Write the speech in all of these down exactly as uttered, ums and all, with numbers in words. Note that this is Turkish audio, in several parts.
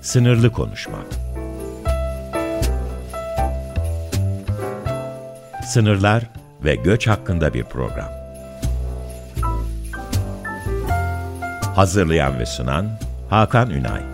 Sınırlı konuşma. Sınırlar ve göç hakkında bir program. Hazırlayan ve sunan Hakan Ünay.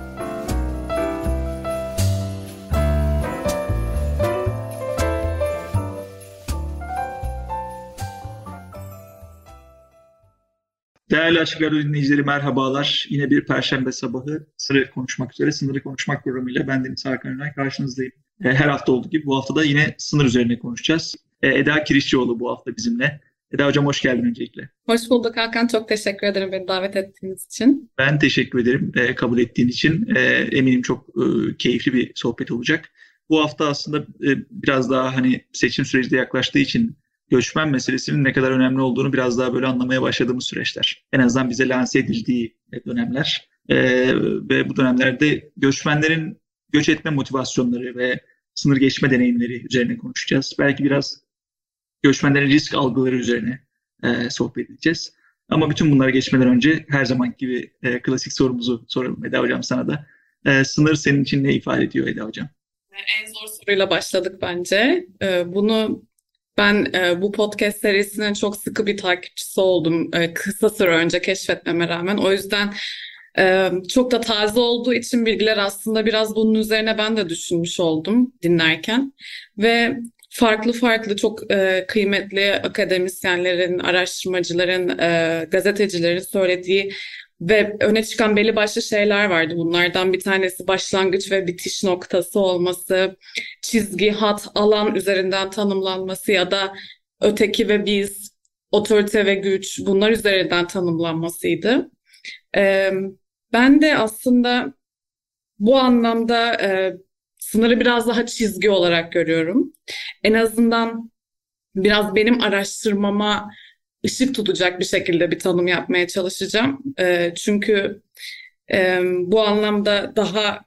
Değerli Açık Radyo dinleyicileri merhabalar. Yine bir Perşembe sabahı sınırı konuşmak üzere sınırı konuşmak programıyla ben Deniz Hakan Ünay karşınızdayım. Her hafta olduğu gibi bu hafta da yine sınır üzerine konuşacağız. Eda Kirişçioğlu bu hafta bizimle. Eda Hocam hoş geldin öncelikle. Hoş bulduk Hakan. Çok teşekkür ederim beni davet ettiğiniz için. Ben teşekkür ederim e, kabul ettiğin için. E, eminim çok e, keyifli bir sohbet olacak. Bu hafta aslında e, biraz daha hani seçim süreci de yaklaştığı için göçmen meselesinin ne kadar önemli olduğunu biraz daha böyle anlamaya başladığımız süreçler. En azından bize lanse edildiği dönemler. E, ve bu dönemlerde göçmenlerin göç etme motivasyonları ve sınır geçme deneyimleri üzerine konuşacağız. Belki biraz göçmenlerin risk algıları üzerine e, sohbet edeceğiz. Ama bütün bunlara geçmeden önce her zaman gibi e, klasik sorumuzu soralım Eda Hocam sana da. E, sınır senin için ne ifade ediyor Eda Hocam? En zor soruyla başladık bence. E, bunu ben e, bu podcast serisinin çok sıkı bir takipçisi oldum. E, kısa süre önce keşfetmeme rağmen. O yüzden e, çok da taze olduğu için bilgiler aslında biraz bunun üzerine ben de düşünmüş oldum dinlerken. Ve farklı farklı çok e, kıymetli akademisyenlerin, araştırmacıların, e, gazetecilerin söylediği ve öne çıkan belli başlı şeyler vardı. Bunlardan bir tanesi başlangıç ve bitiş noktası olması, çizgi, hat, alan üzerinden tanımlanması ya da öteki ve biz, otorite ve güç bunlar üzerinden tanımlanmasıydı. E, ben de aslında bu anlamda e, sınırı biraz daha çizgi olarak görüyorum. En azından biraz benim araştırmama ışık tutacak bir şekilde bir tanım yapmaya çalışacağım. E, çünkü e, bu anlamda daha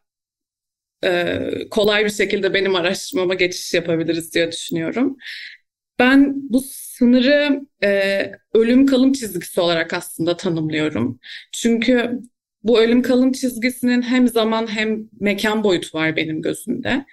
e, kolay bir şekilde benim araştırmama geçiş yapabiliriz diye düşünüyorum. Ben bu sınırı e, ölüm kalım çizgisi olarak aslında tanımlıyorum. Çünkü bu ölüm kalım çizgisinin hem zaman hem mekan boyutu var benim gözümde.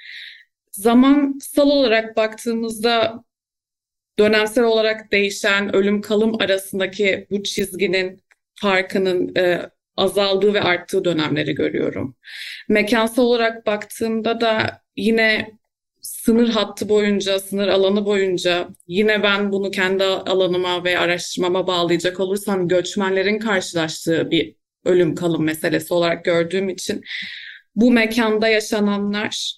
Zamansal olarak baktığımızda dönemsel olarak değişen ölüm kalım arasındaki bu çizginin farkının e, azaldığı ve arttığı dönemleri görüyorum. Mekansal olarak baktığımda da yine sınır hattı boyunca, sınır alanı boyunca yine ben bunu kendi alanıma ve araştırmama bağlayacak olursam göçmenlerin karşılaştığı bir ölüm kalım meselesi olarak gördüğüm için bu mekanda yaşananlar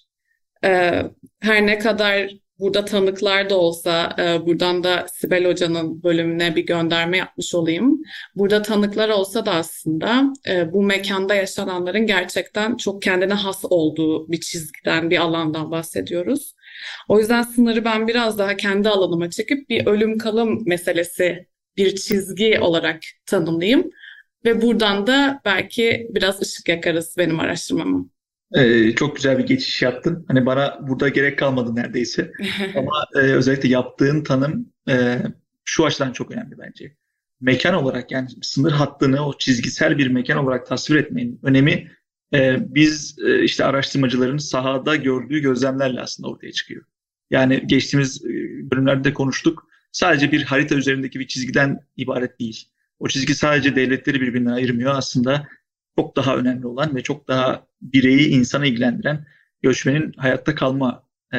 e, her ne kadar burada tanıklar da olsa e, buradan da Sibel Hoca'nın bölümüne bir gönderme yapmış olayım. Burada tanıklar olsa da aslında e, bu mekanda yaşananların gerçekten çok kendine has olduğu bir çizgiden, bir alandan bahsediyoruz. O yüzden sınırı ben biraz daha kendi alanıma çekip bir ölüm kalım meselesi, bir çizgi olarak tanımlayayım. Ve buradan da belki biraz ışık yakarız benim araştırmama. Ee, çok güzel bir geçiş yaptın. Hani bana burada gerek kalmadı neredeyse. Ama e, özellikle yaptığın tanım e, şu açıdan çok önemli bence. Mekan olarak yani sınır hattını o çizgisel bir mekan olarak tasvir etmenin önemi e, biz e, işte araştırmacıların sahada gördüğü gözlemlerle aslında ortaya çıkıyor. Yani geçtiğimiz e, bölümlerde konuştuk. Sadece bir harita üzerindeki bir çizgiden ibaret değil. O çizgi sadece devletleri birbirinden ayırmıyor. Aslında çok daha önemli olan ve çok daha bireyi, insanı ilgilendiren göçmenin hayatta kalma e,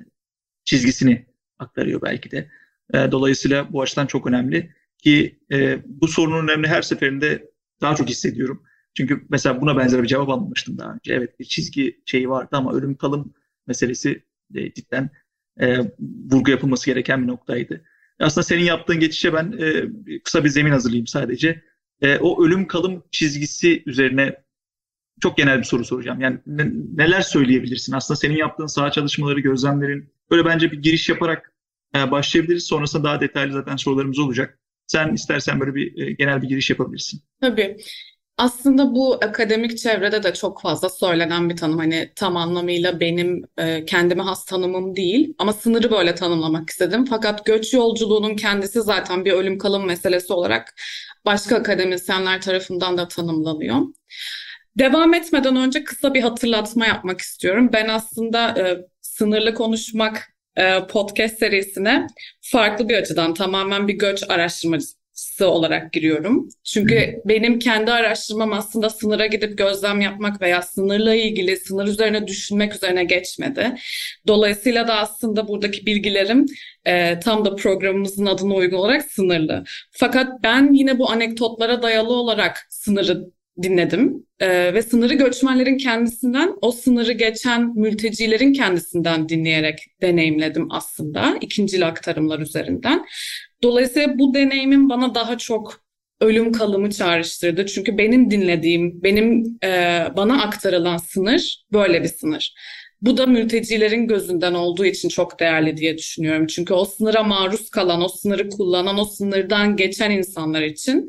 çizgisini aktarıyor belki de. E, dolayısıyla bu açıdan çok önemli ki e, bu sorunun önemli her seferinde daha çok hissediyorum. Çünkü mesela buna benzer bir cevap almıştım daha önce. Evet bir çizgi şeyi vardı ama ölüm kalım meselesi de cidden e, vurgu yapılması gereken bir noktaydı. Aslında senin yaptığın geçişe ben e, kısa bir zemin hazırlayayım sadece. E, o ölüm kalım çizgisi üzerine çok genel bir soru soracağım. Yani ne, neler söyleyebilirsin? Aslında senin yaptığın saha çalışmaları, gözlemlerin böyle bence bir giriş yaparak e, başlayabiliriz. Sonrasında daha detaylı zaten sorularımız olacak. Sen istersen böyle bir e, genel bir giriş yapabilirsin. Tabii. Aslında bu akademik çevrede de çok fazla söylenen bir tanım. Hani tam anlamıyla benim e, kendime has tanımım değil ama sınırı böyle tanımlamak istedim. Fakat göç yolculuğunun kendisi zaten bir ölüm kalım meselesi olarak başka akademisyenler tarafından da tanımlanıyor. Devam etmeden önce kısa bir hatırlatma yapmak istiyorum. Ben aslında e, Sınırlı Konuşmak e, podcast serisine farklı bir açıdan tamamen bir göç araştırmacısı olarak giriyorum. Çünkü Hı. benim kendi araştırmam aslında sınıra gidip gözlem yapmak veya sınırla ilgili, sınır üzerine düşünmek üzerine geçmedi. Dolayısıyla da aslında buradaki bilgilerim e, tam da programımızın adına uygun olarak sınırlı. Fakat ben yine bu anekdotlara dayalı olarak sınırı dinledim ee, ve sınırı göçmenlerin kendisinden, o sınırı geçen mültecilerin kendisinden dinleyerek deneyimledim aslında ikincil aktarımlar üzerinden. Dolayısıyla bu deneyimin bana daha çok ölüm kalımı çağrıştırdı. Çünkü benim dinlediğim, benim e, bana aktarılan sınır böyle bir sınır. Bu da mültecilerin gözünden olduğu için çok değerli diye düşünüyorum. Çünkü o sınıra maruz kalan, o sınırı kullanan, o sınırdan geçen insanlar için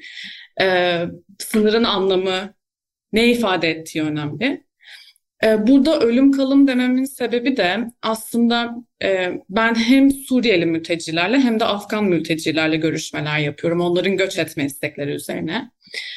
e, sınırın anlamı, ne ifade ettiği önemli. E, burada ölüm kalım dememin sebebi de aslında e, ben hem Suriyeli mültecilerle hem de Afgan mültecilerle görüşmeler yapıyorum. Onların göç etme istekleri üzerine.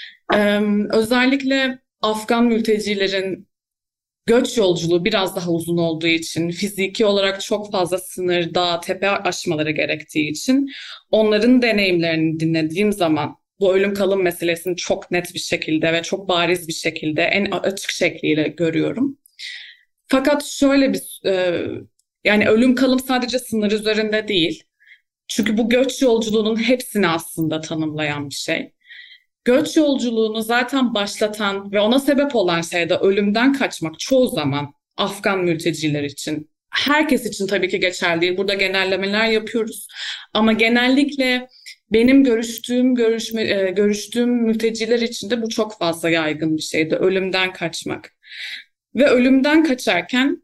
E, özellikle Afgan mültecilerin göç yolculuğu biraz daha uzun olduğu için, fiziki olarak çok fazla sınır, dağ, tepe aşmaları gerektiği için onların deneyimlerini dinlediğim zaman bu ölüm kalım meselesini çok net bir şekilde ve çok bariz bir şekilde, en açık şekliyle görüyorum. Fakat şöyle bir, e, yani ölüm kalım sadece sınır üzerinde değil. Çünkü bu göç yolculuğunun hepsini aslında tanımlayan bir şey. Göç yolculuğunu zaten başlatan ve ona sebep olan şey de ölümden kaçmak çoğu zaman Afgan mülteciler için. Herkes için tabii ki geçerli değil. Burada genellemeler yapıyoruz. Ama genellikle benim görüştüğüm görüşme, e, görüştüğüm mülteciler için de bu çok fazla yaygın bir şeydi. Ölümden kaçmak. Ve ölümden kaçarken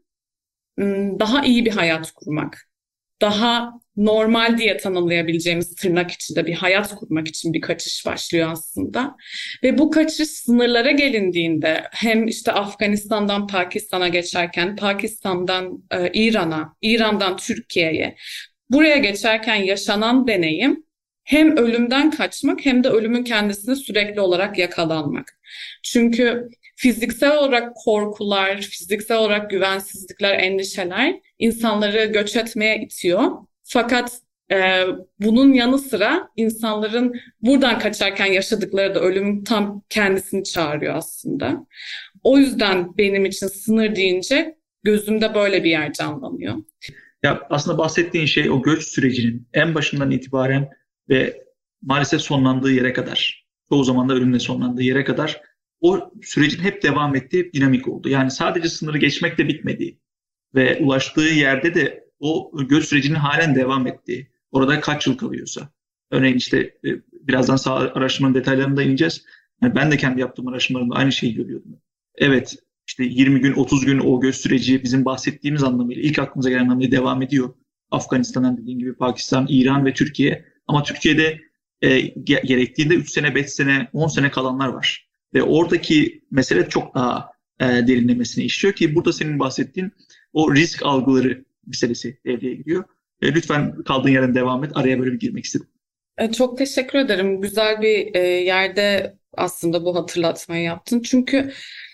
daha iyi bir hayat kurmak, daha normal diye tanımlayabileceğimiz tırnak içinde bir hayat kurmak için bir kaçış başlıyor aslında. Ve bu kaçış sınırlara gelindiğinde hem işte Afganistan'dan Pakistan'a geçerken, Pakistan'dan e, İran'a, İran'dan Türkiye'ye, buraya geçerken yaşanan deneyim hem ölümden kaçmak hem de ölümün kendisine sürekli olarak yakalanmak. Çünkü fiziksel olarak korkular, fiziksel olarak güvensizlikler, endişeler insanları göç etmeye itiyor. Fakat e, bunun yanı sıra insanların buradan kaçarken yaşadıkları da ölümün tam kendisini çağırıyor aslında. O yüzden benim için sınır deyince gözümde böyle bir yer canlanıyor. Ya aslında bahsettiğin şey o göç sürecinin en başından itibaren ve maalesef sonlandığı yere kadar, çoğu zaman da ölümle sonlandığı yere kadar o sürecin hep devam ettiği dinamik oldu. Yani sadece sınırı geçmekle bitmediği ve ulaştığı yerde de o göç sürecinin halen devam ettiği, orada kaç yıl kalıyorsa. Örneğin işte birazdan sağ araştırmanın detaylarına da ineceğiz. Yani ben de kendi yaptığım araştırmalarımda aynı şeyi görüyordum. Evet, işte yirmi gün, otuz gün o göç süreci bizim bahsettiğimiz anlamıyla, ilk aklımıza gelen anlamıyla devam ediyor. Afganistan'dan dediğim gibi Pakistan, İran ve Türkiye. Ama Türkiye'de e, gerektiğinde üç sene, beş sene, on sene kalanlar var. Ve oradaki mesele çok daha e, derinlemesine işliyor ki burada senin bahsettiğin o risk algıları meselesi devreye giriyor. E, lütfen kaldığın yerden devam et. Araya böyle bir girmek istedim. E, çok teşekkür ederim. Güzel bir e, yerde aslında bu hatırlatmayı yaptın. Çünkü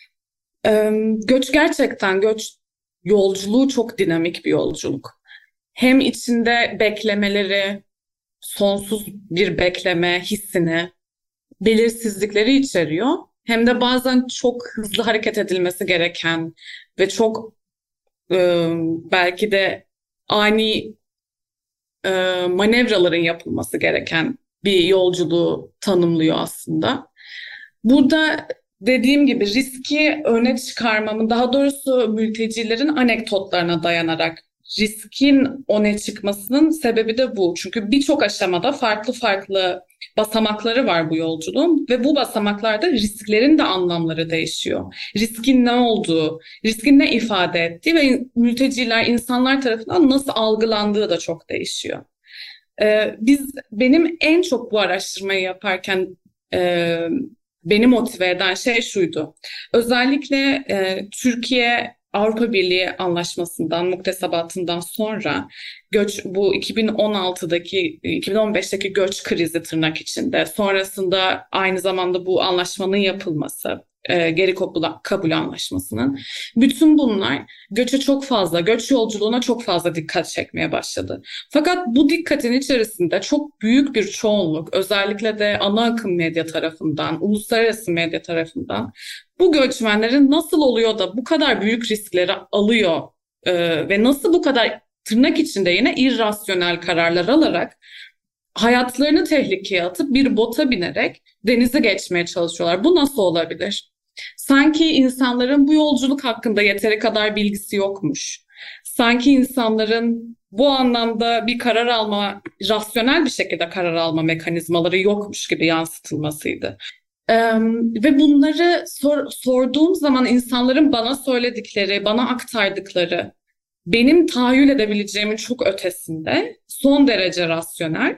e, göç gerçekten, göç yolculuğu çok dinamik bir yolculuk. Hem içinde beklemeleri, sonsuz bir bekleme hissini, belirsizlikleri içeriyor. Hem de bazen çok hızlı hareket edilmesi gereken ve çok e, belki de ani e, manevraların yapılması gereken bir yolculuğu tanımlıyor aslında. Burada dediğim gibi riski öne çıkarmamın, daha doğrusu mültecilerin anekdotlarına dayanarak riskin öne çıkmasının sebebi de bu. Çünkü birçok aşamada farklı farklı basamakları var bu yolculuğun ve bu basamaklarda risklerin de anlamları değişiyor. Riskin ne olduğu, riskin ne ifade ettiği ve mülteciler, insanlar tarafından nasıl algılandığı da çok değişiyor. Ee, biz, benim en çok bu araştırmayı yaparken e, beni motive eden şey şuydu. Özellikle e, Türkiye Avrupa Birliği Anlaşması'ndan, muktesebatından sonra göç, bu iki bin on altıdaki, iki bin on beşteki göç krizi tırnak içinde, sonrasında aynı zamanda bu anlaşmanın yapılması, e, geri kabul, kabul anlaşmasının. Bütün bunlar göçe çok fazla, göç yolculuğuna çok fazla dikkat çekmeye başladı. Fakat bu dikkatin içerisinde çok büyük bir çoğunluk, özellikle de ana akım medya tarafından, uluslararası medya tarafından bu göçmenlerin nasıl oluyor da bu kadar büyük riskleri alıyor e, ve nasıl bu kadar tırnak içinde yine irrasyonel kararlar alarak hayatlarını tehlikeye atıp bir bota binerek denizi geçmeye çalışıyorlar. Bu nasıl olabilir? Sanki insanların bu yolculuk hakkında yeteri kadar bilgisi yokmuş. Sanki insanların bu anlamda bir karar alma, rasyonel bir şekilde karar alma mekanizmaları yokmuş gibi yansıtılmasıydı. Ee, ve bunları sor, sorduğum zaman insanların bana söyledikleri, bana aktardıkları, benim tahayyül edebileceğimin çok ötesinde, son derece rasyonel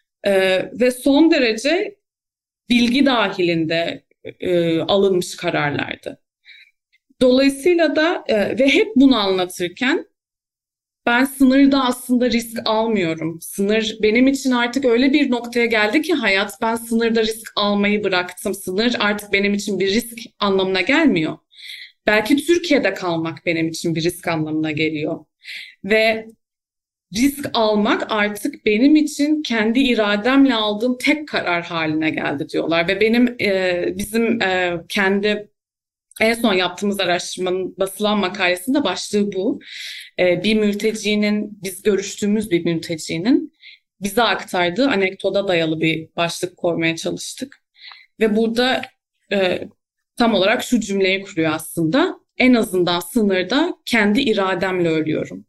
e, ve son derece bilgi dahilinde e, alınmış kararlardı. Dolayısıyla da e, ve hep bunu anlatırken ben sınırda aslında risk almıyorum. Sınır benim için artık öyle bir noktaya geldi ki hayat, ben sınırda risk almayı bıraktım. Sınır artık benim için bir risk anlamına gelmiyor. Belki Türkiye'de kalmak benim için bir risk anlamına geliyor. Ve risk almak artık benim için kendi irademle aldığım tek karar haline geldi diyorlar. Ve benim e, bizim e, kendi en son yaptığımız araştırmanın basılan makalesinde başlığı bu. E, bir mültecinin, biz görüştüğümüz bir mültecinin bize aktardığı anekdota dayalı bir başlık koymaya çalıştık. Ve burada e, tam olarak şu cümleyi kuruyor aslında. En azından sınırda kendi irademle ölüyorum.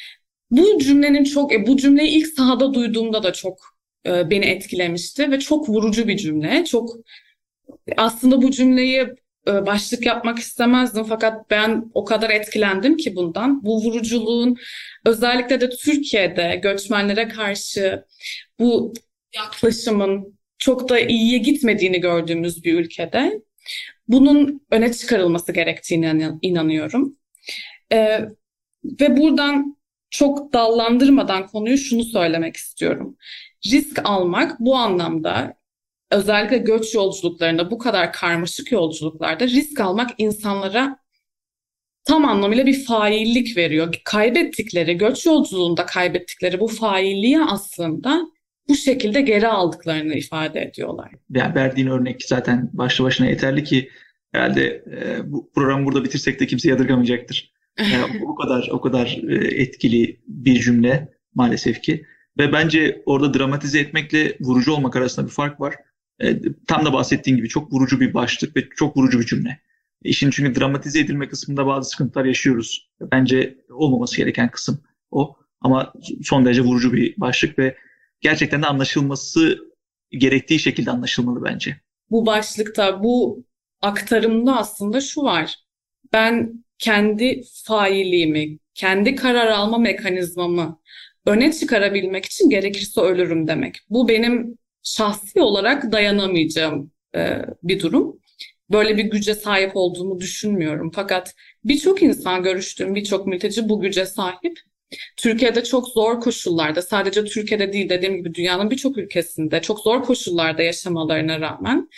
Bu cümlenin çok, e, bu cümleyi ilk sahada duyduğumda da çok e, beni etkilemişti ve çok vurucu bir cümle. Çok aslında bu cümleyi e, başlık yapmak istemezdim fakat ben o kadar etkilendim ki bundan. Bu vuruculuğun özellikle de Türkiye'de göçmenlere karşı bu yaklaşımın çok da iyiye gitmediğini gördüğümüz bir ülkede bunun öne çıkarılması gerektiğine inanıyorum. Ee, ve buradan çok dallandırmadan konuyu şunu söylemek istiyorum. Risk almak bu anlamda, özellikle göç yolculuklarında, bu kadar karmaşık yolculuklarda risk almak insanlara tam anlamıyla bir faillik veriyor. Kaybettikleri, göç yolculuğunda kaybettikleri bu failliği aslında bu şekilde geri aldıklarını ifade ediyorlar. Yani verdiğin örnek zaten başlı başına yeterli ki herhalde e, bu programı burada bitirsek de kimse yadırgamayacaktır. Yani o kadar o kadar e, etkili bir cümle maalesef ki. Ve bence orada dramatize etmekle vurucu olmak arasında bir fark var. E, tam da bahsettiğin gibi çok vurucu bir başlık ve çok vurucu bir cümle. İşin çünkü dramatize edilme kısmında bazı sıkıntılar yaşıyoruz. Bence olmaması gereken kısım o. Ama son derece vurucu bir başlık ve gerçekten de anlaşılması gerektiği şekilde anlaşılmalı bence. Bu başlıkta, bu aktarımda aslında şu var. Ben kendi failliğimi, kendi karar alma mekanizmamı öne çıkarabilmek için gerekirse ölürüm demek. Bu benim şahsi olarak dayanamayacağım e, bir durum. Böyle bir güce sahip olduğumu düşünmüyorum. Fakat birçok insan, görüştüğüm birçok mülteci bu güce sahip. Türkiye'de çok zor koşullarda, sadece Türkiye'de değil, dediğim gibi dünyanın birçok ülkesinde çok zor koşullarda yaşamalarına rağmen,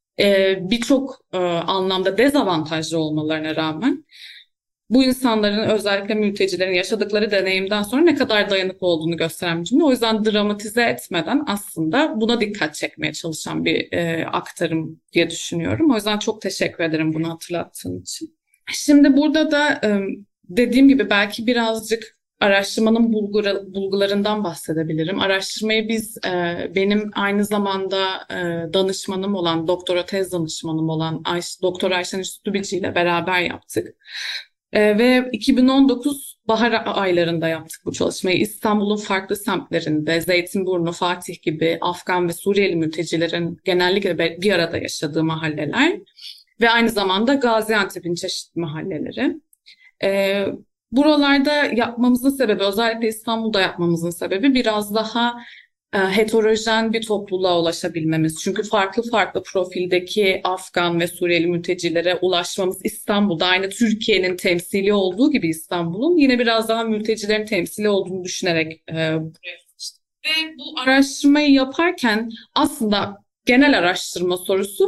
birçok anlamda dezavantajlı olmalarına rağmen bu insanların, özellikle mültecilerin yaşadıkları deneyimden sonra ne kadar dayanıklı olduğunu gösteren bir cümle. O yüzden dramatize etmeden aslında buna dikkat çekmeye çalışan bir e, aktarım diye düşünüyorum. O yüzden çok teşekkür ederim bunu hatırlattığın için. Şimdi burada da e, dediğim gibi belki birazcık araştırmanın bulgura, bulgularından bahsedebilirim. Araştırmayı biz, e, benim aynı zamanda e, danışmanım olan, doktora tez danışmanım olan Ay, Doktor Ayşen Üstübici ile beraber yaptık. E, ve iki bin on dokuz bahar aylarında yaptık bu çalışmayı. İstanbul'un farklı semtlerinde, Zeytinburnu, Fatih gibi Afgan ve Suriyeli mültecilerin genellikle bir arada yaşadığı mahalleler ve aynı zamanda Gaziantep'in çeşitli mahalleleri. E, buralarda yapmamızın sebebi, özellikle İstanbul'da yapmamızın sebebi biraz daha e, heterojen bir topluluğa ulaşabilmemiz. Çünkü farklı farklı profildeki Afgan ve Suriyeli mültecilere ulaşmamız İstanbul'da, aynı Türkiye'nin temsili olduğu gibi İstanbul'un yine biraz daha mültecilerin temsili olduğunu düşünerek e, buraya seçtim. Ve bu araştırmayı yaparken aslında genel araştırma sorusu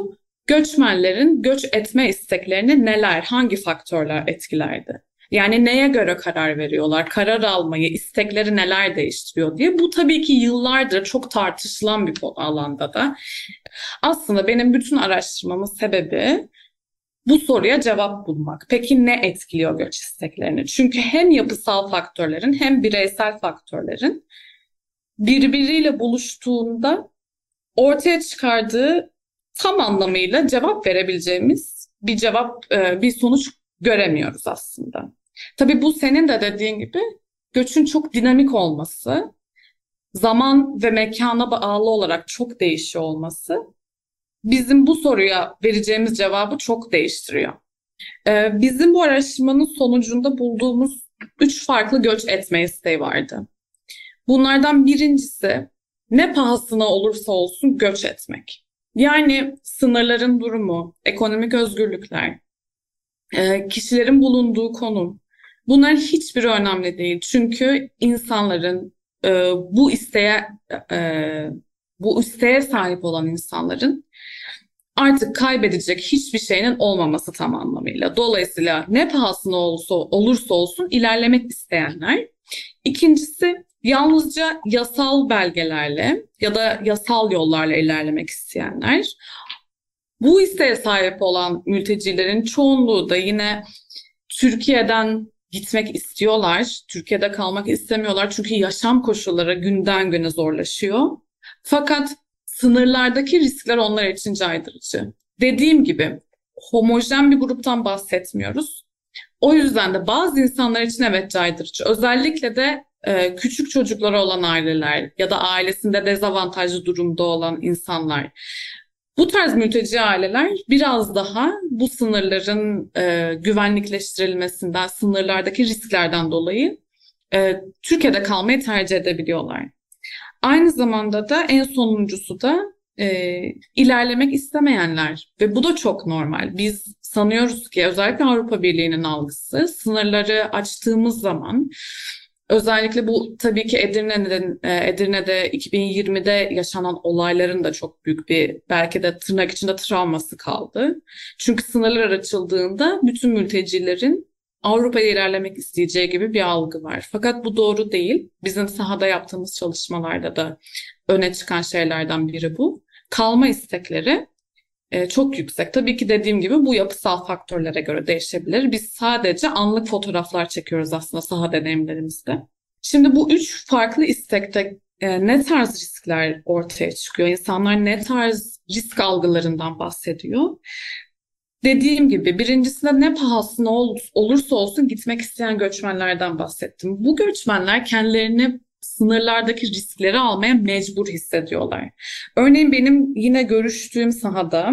göçmenlerin göç etme isteklerini neler, hangi faktörler etkilerdi? Yani neye göre karar veriyorlar, karar almayı, istekleri neler değiştiriyor diye. Bu tabii ki yıllardır çok tartışılan bir konu alanda da. Aslında benim bütün araştırmamın sebebi bu soruya cevap bulmak. Peki ne etkiliyor göç isteklerini? Çünkü hem yapısal faktörlerin hem bireysel faktörlerin birbiriyle buluştuğunda ortaya çıkardığı tam anlamıyla cevap verebileceğimiz bir cevap, bir sonuç göremiyoruz aslında. Tabii bu senin de dediğin gibi göçün çok dinamik olması, zaman ve mekana bağlı olarak çok değişiyor olması bizim bu soruya vereceğimiz cevabı çok değiştiriyor. Bizim bu araştırmanın sonucunda bulduğumuz üç farklı göç etme isteği vardı. Bunlardan birincisi ne pahasına olursa olsun göç etmek. Yani sınırların durumu, ekonomik özgürlükler, kişilerin bulunduğu konum, bunların hiçbiri önemli değil. Çünkü insanların bu isteğe bu isteğe sahip olan insanların artık kaybedecek hiçbir şeyinin olmaması tam anlamıyla. Dolayısıyla ne pahasına olursa, olursa olsun ilerlemek isteyenler. İkincisi yalnızca yasal belgelerle ya da yasal yollarla ilerlemek isteyenler. Bu isteğe sahip olan mültecilerin çoğunluğu da yine Türkiye'den gitmek istiyorlar. Türkiye'de kalmak istemiyorlar çünkü yaşam koşulları günden güne zorlaşıyor. Fakat sınırlardaki riskler onlar için caydırıcı. Dediğim gibi homojen bir gruptan bahsetmiyoruz. O yüzden de bazı insanlar için evet caydırıcı. Özellikle de e, küçük çocukları olan aileler ya da ailesinde dezavantajlı durumda olan insanlar. Bu tarz mülteci aileler biraz daha bu sınırların e, güvenlikleştirilmesinden, sınırlardaki risklerden dolayı e, Türkiye'de kalmayı tercih edebiliyorlar. Aynı zamanda da en sonuncusu da e, ilerlemek istemeyenler ve bu da çok normal. Biz sanıyoruz ki özellikle Avrupa Birliği'nin algısı sınırları açtığımız zaman özellikle bu tabii ki Edirne'de, Edirne'de iki bin yirmide yaşanan olayların da çok büyük bir belki de tırnak içinde travması kaldı. Çünkü sınırlar açıldığında bütün mültecilerin Avrupa'ya ilerlemek isteyeceği gibi bir algı var. Fakat bu doğru değil. Bizim sahada yaptığımız çalışmalarda da öne çıkan şeylerden biri bu. Kalma istekleri e, çok yüksek. Tabii ki dediğim gibi bu yapısal faktörlere göre değişebilir. Biz sadece anlık fotoğraflar çekiyoruz aslında saha deneyimlerimizde. Şimdi bu üç farklı istekte e, ne tarz riskler ortaya çıkıyor? İnsanlar ne tarz risk algılarından bahsediyor? Dediğim gibi birincisinde ne pahasına ol, olursa olsun gitmek isteyen göçmenlerden bahsettim. Bu göçmenler kendilerini sınırlardaki riskleri almaya mecbur hissediyorlar. Örneğin benim yine görüştüğüm sahada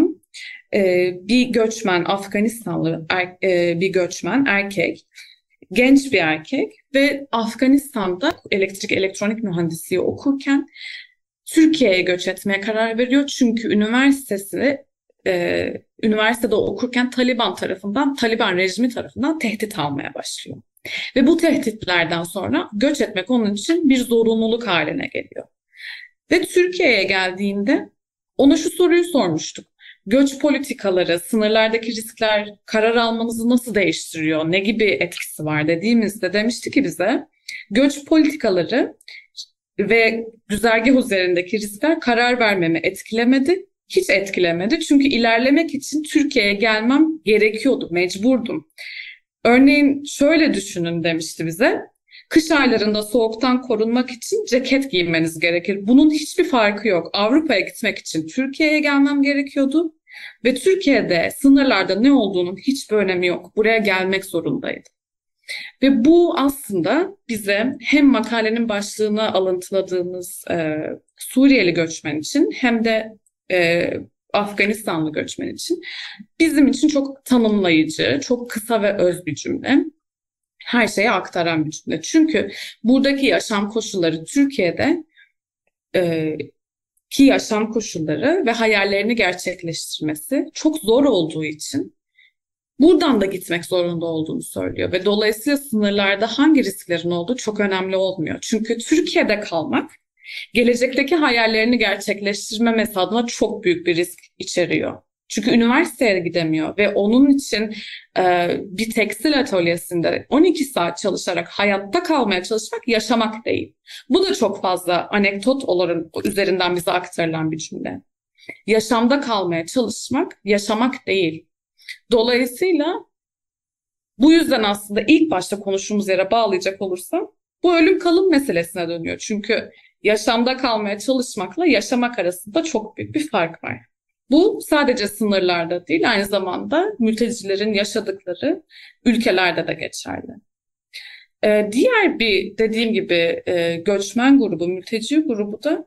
e, bir göçmen, Afganistanlı er, e, bir göçmen erkek, genç bir erkek ve Afganistan'da elektrik elektronik mühendisliği okurken Türkiye'ye göç etmeye karar veriyor. Çünkü üniversitesi e, üniversitede okurken Taliban tarafından, Taliban rejimi tarafından tehdit almaya başlıyor. Ve bu tehditlerden sonra göç etmek onun için bir zorunluluk haline geliyor. Ve Türkiye'ye geldiğinde ona şu soruyu sormuştuk. Göç politikaları, sınırlardaki riskler karar almanızı nasıl değiştiriyor, ne gibi etkisi var dediğimizde demişti ki bize göç politikaları ve güzergah üzerindeki riskler karar vermemi etkilemedi, hiç etkilemedi. Çünkü ilerlemek için Türkiye'ye gelmem gerekiyordu, mecburdum. Örneğin şöyle düşünün demişti bize. Kış aylarında soğuktan korunmak için ceket giymeniz gerekir. Bunun hiçbir farkı yok. Avrupa'ya gitmek için Türkiye'ye gelmem gerekiyordu. Ve Türkiye'de sınırlarda ne olduğunun hiçbir önemi yok. Buraya gelmek zorundaydım. Ve bu aslında bize hem makalenin başlığına alıntıladığımız e, Suriyeli göçmen için hem de e, Afganistanlı göçmen için bizim için çok tanımlayıcı, çok kısa ve öz bir cümle. Her şeyi aktaran bir cümle. Çünkü buradaki yaşam koşulları Türkiye'de e, ki yaşam koşulları ve hayallerini gerçekleştirmesi çok zor olduğu için buradan da gitmek zorunda olduğunu söylüyor. Ve dolayısıyla sınırlarda hangi risklerin olduğu çok önemli olmuyor. Çünkü Türkiye'de kalmak gelecekteki hayallerini gerçekleştirmemesi adına çok büyük bir risk içeriyor. Çünkü üniversiteye gidemiyor ve onun için e, bir tekstil atölyesinde on iki saat çalışarak hayatta kalmaya çalışmak yaşamak değil. Bu da çok fazla anekdot olarak üzerinden bize aktarılan bir cümle. Yaşamda kalmaya çalışmak yaşamak değil. Dolayısıyla bu yüzden aslında ilk başta konuştuğumuz yere bağlayacak olursam bu ölüm kalım meselesine dönüyor. Çünkü yaşamda kalmaya çalışmakla yaşamak arasında çok büyük bir fark var. Bu sadece sınırlarda değil, aynı zamanda mültecilerin yaşadıkları ülkelerde de geçerli. Ee, diğer bir dediğim gibi e, göçmen grubu, mülteci grubu da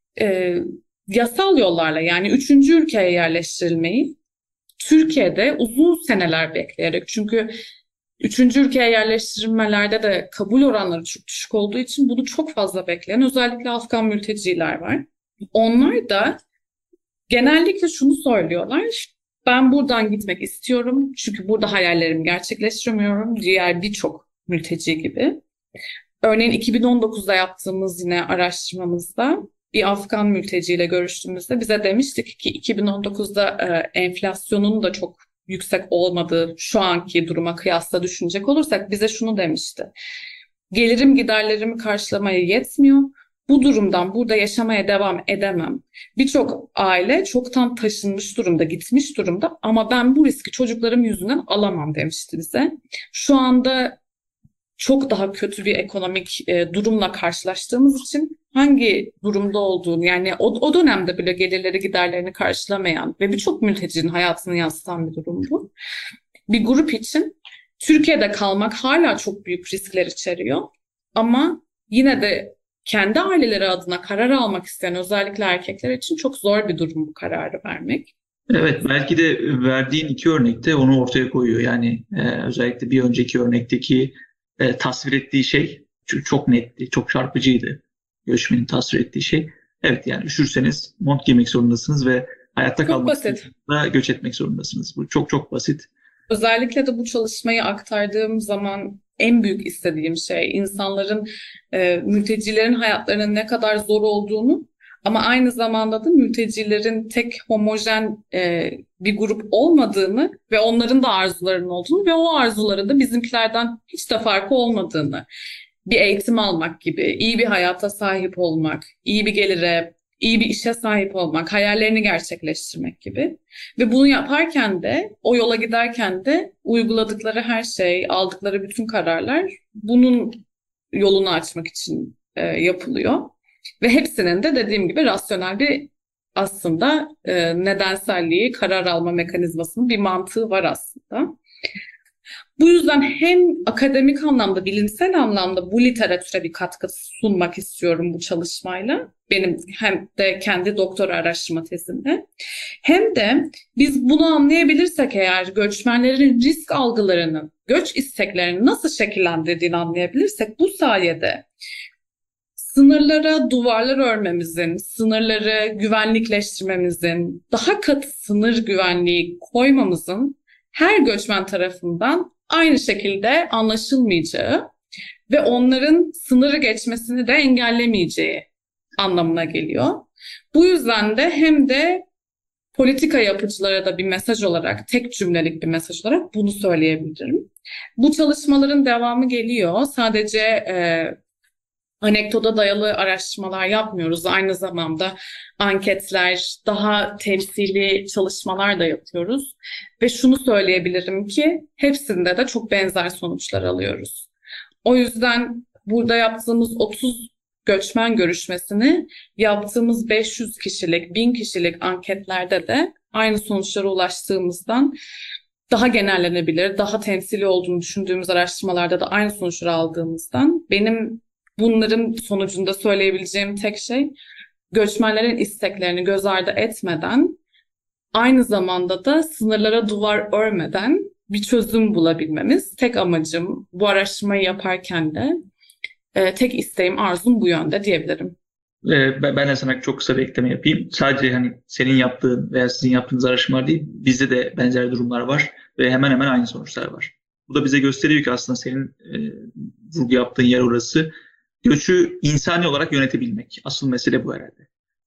e, yasal yollarla yani üçüncü ülkeye yerleştirilmeyi Türkiye'de uzun seneler bekleyerek, çünkü üçüncü ülkeye yerleştirilmelerde de kabul oranları çok düşük olduğu için bunu çok fazla bekleyen özellikle Afgan mülteciler var. Onlar da genellikle şunu söylüyorlar: ben buradan gitmek istiyorum çünkü burada hayallerimi gerçekleştiremiyorum, diğer birçok mülteci gibi. Örneğin iki bin on dokuzda yaptığımız yine araştırmamızda bir Afgan mülteciyle görüştüğümüzde bize demiştik ki iki bin on dokuzda e, enflasyonun da çok yüksek olmadığı şu anki duruma kıyasla düşünecek olursak bize şunu demişti: gelirim giderlerimi karşılamaya yetmiyor. Bu durumdan burada yaşamaya devam edemem. Birçok aile çoktan taşınmış durumda, gitmiş durumda ama ben bu riski çocuklarım yüzünden alamam demişti bize. Şu anda çok daha kötü bir ekonomik e, durumla karşılaştığımız için hangi durumda olduğunu, yani o, o dönemde bile gelirleri giderlerini karşılamayan ve birçok mültecinin hayatını yansıtan bir durum bu. Bir grup için Türkiye'de kalmak hala çok büyük riskler içeriyor ama yine de kendi aileleri adına karar almak isteyen özellikle erkekler için çok zor bir durum bu kararı vermek. Evet, belki de verdiğin iki örnekte onu ortaya koyuyor. Yani e, özellikle bir önceki örnekteki e, tasvir ettiği şey çok, çok netti, çok çarpıcıydı. Göçmenin tasvir ettiği şey. Evet, yani üşürseniz mont giymek zorundasınız ve hayatta Çok kalmak basit. için de göç etmek zorundasınız. Bu çok çok basit. Özellikle de bu çalışmayı aktardığım zaman en büyük istediğim şey insanların, e, mültecilerin hayatlarının ne kadar zor olduğunu ama aynı zamanda da mültecilerin tek homojen e, bir grup olmadığını ve onların da arzularının olduğunu ve o arzuları da bizimkilerden hiç de farkı olmadığını, bir eğitim almak gibi, iyi bir hayata sahip olmak, iyi bir gelire, iyi bir işe sahip olmak, hayallerini gerçekleştirmek gibi. Ve bunu yaparken de, o yola giderken de uyguladıkları her şey, aldıkları bütün kararlar bunun yolunu açmak için e, yapılıyor. Ve hepsinin de dediğim gibi rasyonel bir aslında e, nedenselliği, karar alma mekanizmasının bir mantığı var aslında. Bu yüzden hem akademik anlamda, bilimsel anlamda bu literatüre bir katkı sunmak istiyorum bu çalışmayla. Benim hem de kendi doktora araştırma tezimde. Hem de biz bunu anlayabilirsek eğer, göçmenlerin risk algılarının, göç isteklerini nasıl şekillendirdiğini anlayabilirsek bu sayede sınırlara duvarlar örmemizin, sınırları güvenlikleştirmemizin, daha katı sınır güvenliği koymamızın her göçmen tarafından aynı şekilde anlaşılmayacağı ve onların sınırı geçmesini de engellemeyeceği anlamına geliyor. Bu yüzden de hem de politika yapıcılara da bir mesaj olarak, tek cümlelik bir mesaj olarak bunu söyleyebilirim. Bu çalışmaların devamı geliyor. Sadece e, anekdota dayalı araştırmalar yapmıyoruz. Aynı zamanda anketler, daha temsili çalışmalar da yapıyoruz. Ve şunu söyleyebilirim ki hepsinde de çok benzer sonuçlar alıyoruz. O yüzden burada yaptığımız otuz göçmen görüşmesini yaptığımız beş yüz kişilik, bin kişilik anketlerde de aynı sonuçlara ulaştığımızdan, daha genellenebilir, daha temsili olduğunu düşündüğümüz araştırmalarda da aynı sonuçları aldığımızdan benim bunların sonucunda söyleyebileceğim tek şey, göçmenlerin isteklerini göz ardı etmeden, aynı zamanda da sınırlara duvar örmeden bir çözüm bulabilmemiz. Tek amacım bu araştırmayı yaparken de e, tek isteğim, arzum bu yönde diyebilirim. Ee, ben ben de sana çok kısa bir ekleme yapayım. Sadece hani senin yaptığın veya sizin yaptığınız araştırmalar değil, bizde de benzer durumlar var ve hemen hemen aynı sonuçlar var. Bu da bize gösteriyor ki aslında senin e, vurgu yaptığın yer orası. Göçü insani olarak yönetebilmek. Asıl mesele bu herhalde.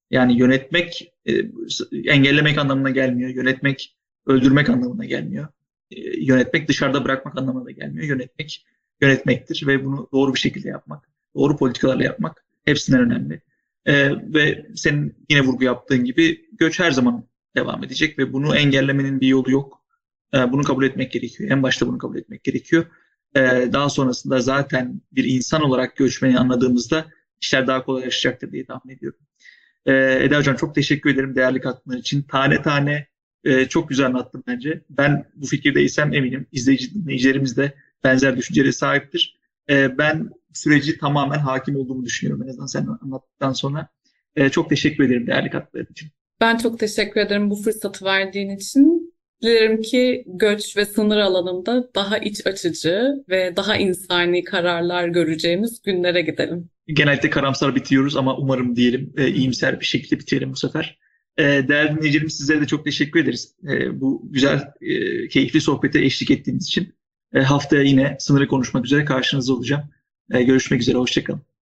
Yani yönetmek e, engellemek anlamına gelmiyor. Yönetmek öldürmek anlamına gelmiyor. E, yönetmek dışarıda bırakmak anlamına da gelmiyor. Yönetmek yönetmektir ve bunu doğru bir şekilde yapmak, doğru politikalarla yapmak hepsinden önemli. E, ve senin yine vurgu yaptığın gibi göç her zaman devam edecek ve bunu engellemenin bir yolu yok. E, bunu kabul etmek gerekiyor. En başta bunu kabul etmek gerekiyor. E, daha sonrasında zaten bir insan olarak göçmeni anladığımızda işler daha kolaylaşacaktır diye tahmin ediyorum. Ee, Eda Hocam çok teşekkür ederim değerli katkılar için. Tane tane e, çok güzel anlattın bence. Ben bu fikirdeysem eminim izleyici dinleyicilerimiz de benzer düşüncelere sahiptir. Ee, ben süreci tamamen hakim olduğumu düşünüyorum en azından sen anlattıktan sonra. Ee, çok teşekkür ederim değerli katkılar için. Ben çok teşekkür ederim bu fırsatı verdiğin için. Dilerim ki göç ve sınır alanında daha iç açıcı ve daha insani kararlar göreceğimiz günlere gidelim. Genellikle karamsar bitiriyoruz ama umarım diyelim e, iyimser bir şekilde bitirelim bu sefer. E, değerli dinleyicilerimiz sizlere de çok teşekkür ederiz. E, bu güzel, e, keyifli sohbete eşlik ettiğiniz için. E, haftaya yine sınırı konuşmak üzere karşınızda olacağım. E, görüşmek üzere, hoşça kalın.